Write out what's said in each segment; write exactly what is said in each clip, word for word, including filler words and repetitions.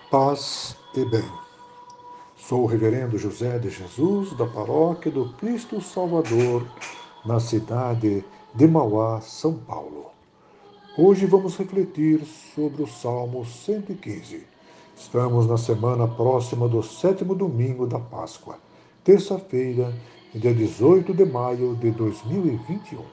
Paz e bem. Sou o reverendo José de Jesus, da paróquia do Cristo Salvador, na cidade de Mauá, São Paulo. Hoje vamos refletir sobre o Salmo cento e quinze. Estamos na semana próxima do sétimo domingo da Páscoa, terça-feira, dia dezoito de maio de dois mil e vinte e um.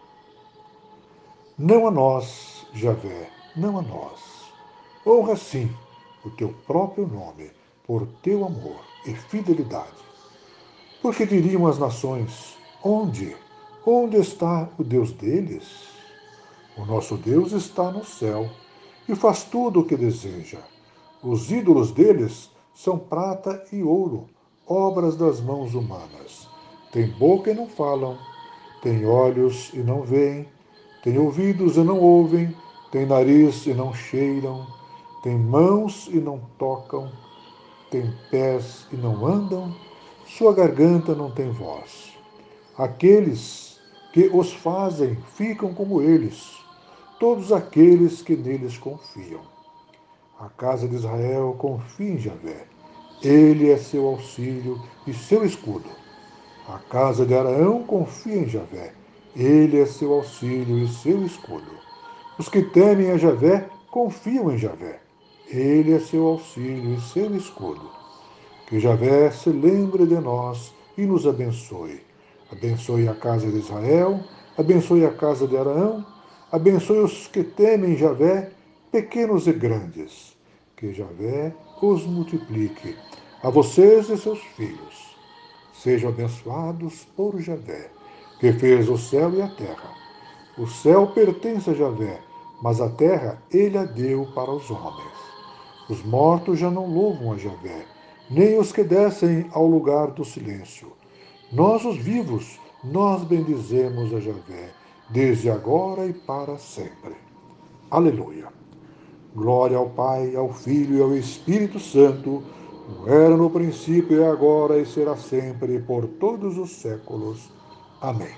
Não a nós, Javé, não a nós. Honra sim o teu próprio nome, por teu amor e fidelidade. Porque diriam as nações: onde? Onde está o Deus deles? O nosso Deus está no céu e faz tudo o que deseja. Os ídolos deles são prata e ouro, obras das mãos humanas. Têm boca e não falam, têm olhos e não veem, têm ouvidos e não ouvem, têm nariz e não cheiram, têm mãos e não tocam, têm pés e não andam, sua garganta não tem voz. Aqueles que os fazem ficam como eles, todos aqueles que neles confiam. A casa de Israel confia em Javé. Ele é seu auxílio e seu escudo. A casa de Araão confia em Javé. Ele é seu auxílio e seu escudo. Os que temem a Javé confiam em Javé. Ele é seu auxílio e seu escudo. Que Javé se lembre de nós e nos abençoe. Abençoe a casa de Israel, abençoe a casa de Araão, abençoe os que temem Javé, pequenos e grandes. Que Javé os multiplique, a vocês e seus filhos. Sejam abençoados por Javé, que fez o céu e a terra. O céu pertence a Javé, mas a terra ele a deu para os homens. Os mortos já não louvam a Javé, nem os que descem ao lugar do silêncio. Nós, os vivos, nós bendizemos a Javé, desde agora e para sempre. Aleluia. Glória ao Pai, ao Filho e ao Espírito Santo, como era no princípio, e agora, e será sempre, por todos os séculos. Amém.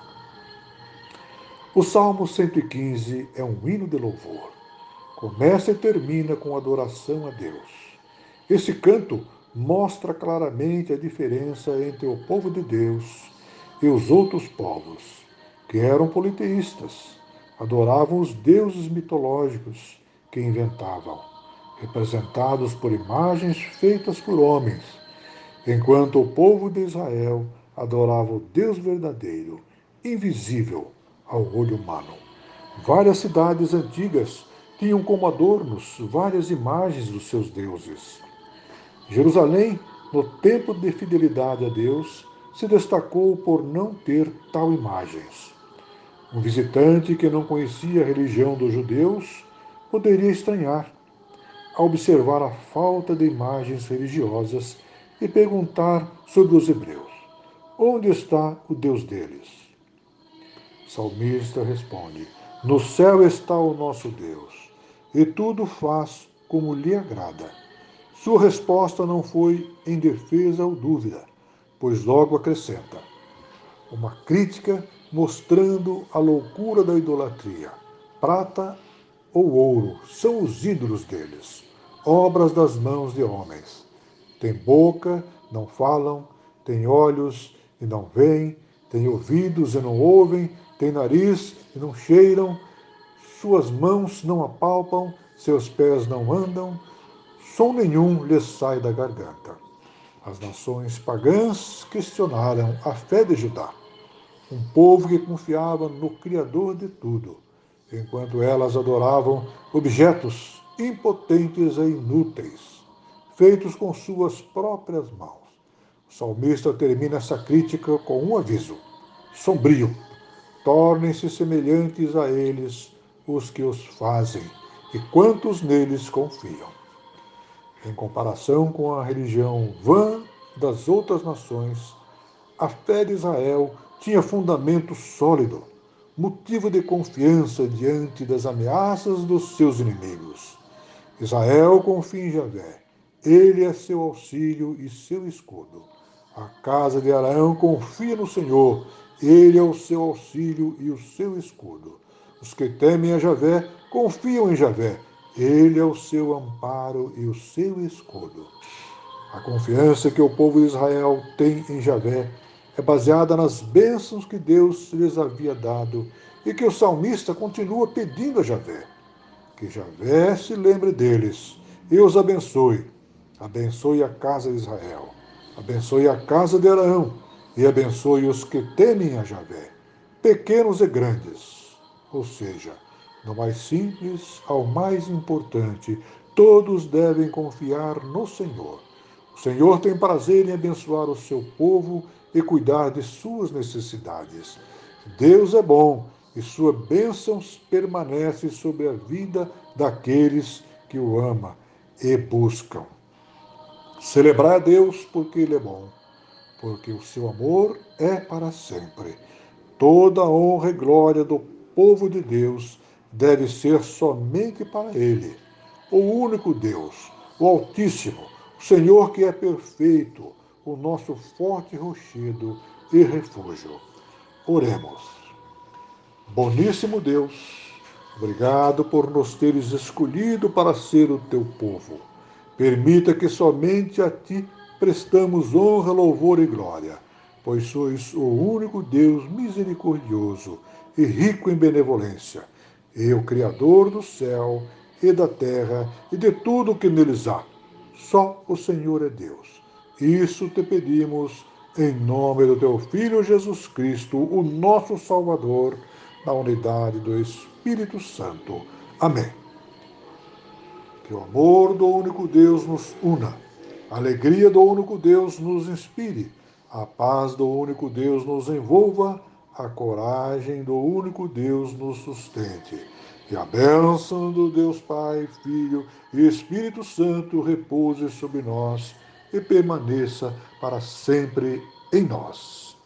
O Salmo cento e quinze é um hino de louvor. Começa e termina com adoração a Deus. Esse canto mostra claramente a diferença entre o povo de Deus e os outros povos, que eram politeístas, adoravam os deuses mitológicos que inventavam, representados por imagens feitas por homens, enquanto o povo de Israel adorava o Deus verdadeiro, invisível ao olho humano. Várias cidades antigas tinham como adornos várias imagens dos seus deuses. Jerusalém, no tempo de fidelidade a Deus, se destacou por não ter tal imagens. Um visitante que não conhecia a religião dos judeus poderia estranhar ao observar a falta de imagens religiosas e perguntar sobre os hebreus: onde está o Deus deles? O salmista responde: no céu está o nosso Deus, e tudo faz como lhe agrada. Sua resposta não foi em defesa ou dúvida, pois logo acrescenta: uma crítica mostrando a loucura da idolatria. Prata ou ouro são os ídolos deles, obras das mãos de homens. Têm boca, não falam, têm olhos e não veem, têm ouvidos e não ouvem, têm nariz e não cheiram, suas mãos não apalpam, seus pés não andam, som nenhum lhes sai da garganta. As nações pagãs questionaram a fé de Judá, um povo que confiava no Criador de tudo, enquanto elas adoravam objetos impotentes e inúteis, feitos com suas próprias mãos. O salmista termina essa crítica com um aviso sombrio: tornem-se semelhantes a eles os que os fazem e quantos neles confiam. Em comparação com a religião vã das outras nações, a fé de Israel tinha fundamento sólido, motivo de confiança diante das ameaças dos seus inimigos. Israel confia em Javé, ele é seu auxílio e seu escudo. A casa de Araão confia no Senhor, ele é o seu auxílio e o seu escudo. Os que temem a Javé confiam em Javé, Ele é o seu amparo e o seu escudo. A confiança que o povo de Israel tem em Javé é baseada nas bênçãos que Deus lhes havia dado e que o salmista continua pedindo a Javé. Que Javé se lembre deles e os abençoe. Abençoe a casa de Israel. Abençoe a casa de Araão e abençoe os que temem a Javé, pequenos e grandes. Ou seja, do mais simples ao mais importante, todos devem confiar no Senhor. O Senhor tem prazer em abençoar o seu povo e cuidar de suas necessidades. Deus é bom e sua bênção permanece sobre a vida daqueles que o amam e buscam. Celebrar a Deus porque Ele é bom, porque o seu amor é para sempre. Toda a honra e glória do povo de Deus deve ser somente para Ele, o único Deus, o Altíssimo, o Senhor que é perfeito, o nosso forte rochedo e refúgio. Oremos. Boníssimo Deus, obrigado por nos teres escolhido para ser o teu povo. Permita que somente a ti prestamos honra, louvor e glória, pois sois o único Deus misericordioso e rico em benevolência, e o Criador do céu e da terra e de tudo o que neles há. Só o Senhor é Deus. Isso te pedimos em nome do teu Filho Jesus Cristo, o nosso Salvador, na unidade do Espírito Santo. Amém. Que o amor do único Deus nos una, a alegria do único Deus nos inspire, a paz do único Deus nos envolva, a coragem do único Deus nos sustente. E a bênção do Deus Pai, Filho e Espírito Santo repouse sobre nós e permaneça para sempre em nós.